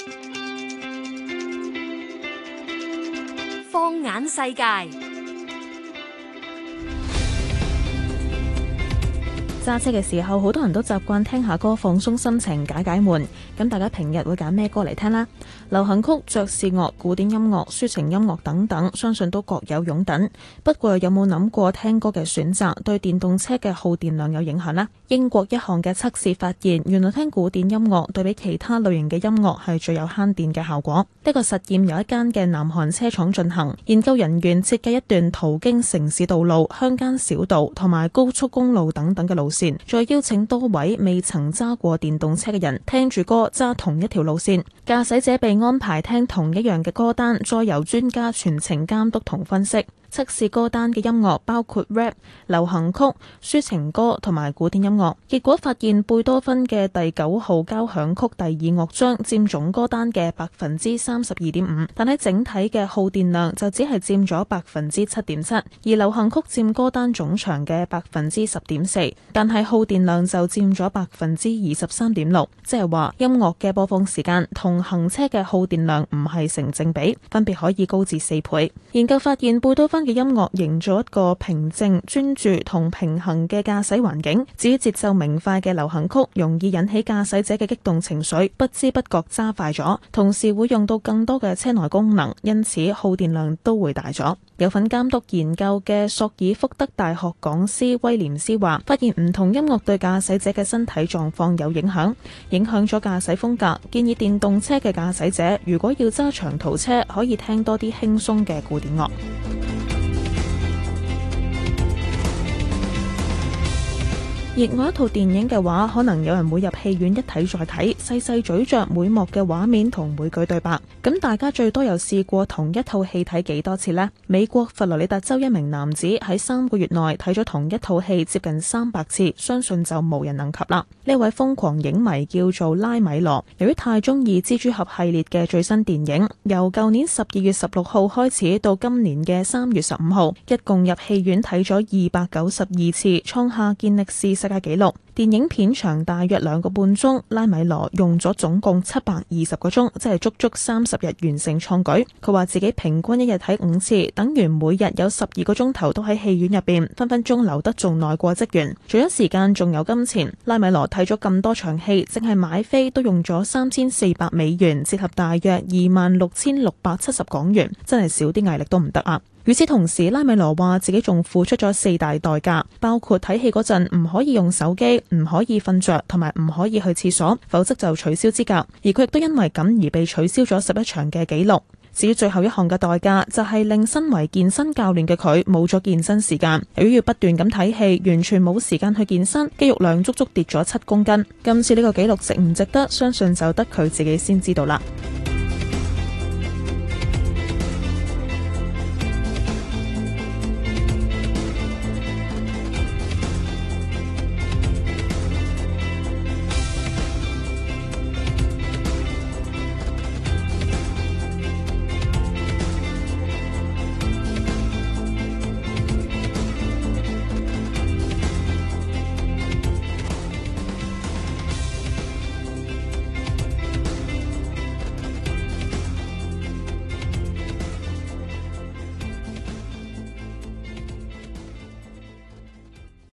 放眼世界。 揸車嘅時候，好多人都習慣聽下歌放鬆心情、解解悶。咁大家平日會揀咩歌嚟聽呢？流行曲、爵士樂、古典音樂、抒情音樂等等，相信都各有擁躉。不過有冇諗過聽歌嘅選擇對電動車嘅耗電量有影響呢？英國一項嘅測試發現，原來聽古典音樂對比其他類型嘅音樂係最有慳電嘅效果。呢個實驗由一間嘅南韓車廠進行，研究人員設計一段途經城市道路、鄉間小道同埋高速公路等等嘅路線，再邀請多位未曾揸過電動車嘅人聽住歌揸同一條路線，駕駛者被安排聽同一樣嘅歌單，再由專家全程監督同分析。測試歌單嘅音樂包括 rap、流行曲、抒情歌同埋古典音樂，結果發現貝多芬嘅第9號交響曲第2樂章佔總歌單嘅32.5%，但喺整體嘅耗電量就只係佔咗7.7%，而流行曲佔歌單總長嘅10.4%，但係耗電量就佔咗23.6%，即係話音樂嘅播放時間同行車嘅耗電量唔係成正比，分別可以高至4倍。研究發現貝多芬嘅音樂營造一個平靜、專注同平衡嘅駕駛環境，至於節奏明快嘅流行曲容易引起駕駛者嘅激動情緒，不知不覺揸快咗，同時會用到更多嘅車內功能，因此耗電量都會大咗。有份監督研究嘅索爾福德大學講師威廉斯話，發現唔同音樂對駕駛者嘅身體狀況有影響咗駕駛風格，建議電動車嘅駕駛者如果要揸長途車，可以聽多啲輕鬆嘅古典樂。熱愛一套電影嘅話，可能有人會入戲院一睇再睇，細細咀嚼每幕嘅畫面同每句對白。咁大家最多又試過同一套戲睇幾多次呢？美國佛羅里達州一名男子喺3個月內睇咗同一套戲接近300次，相信就無人能及啦。呢位瘋狂影迷叫做拉米羅，由於太中意蜘蛛俠系列嘅最新電影，由舊年12月16號開始到今年嘅3月15號，一共入戲院睇咗292次，創下健力士世界紀錄。電影片長大約2個半鐘，拉米羅用咗總共720個鐘，即係足足30日完成創舉。佢話自己平均一日睇5次，等於每日有12個鐘頭都喺戲院入邊，分分鐘留得仲耐過職員。除咗時間，仲有金錢。拉米羅睇咗咁多場戲，淨係買飛都用咗3400美元，折合大約26,670港元，真係少啲毅力都唔得啊！與此同時，拉米羅話自己仲付出咗4大代價，包括睇戲嗰陣唔可以用手機，唔可以瞓着，同埋唔可以去廁所，否則就取消資格。而佢亦都因為咁而被取消咗11場嘅紀錄。至於最後一項嘅代價，就係令身為健身教練嘅佢冇咗健身時間。由於要不斷咁睇戲，完全冇時間去健身，肌肉量足足跌咗7公斤。今次呢個紀錄值唔值得，相信就得佢自己先知道啦。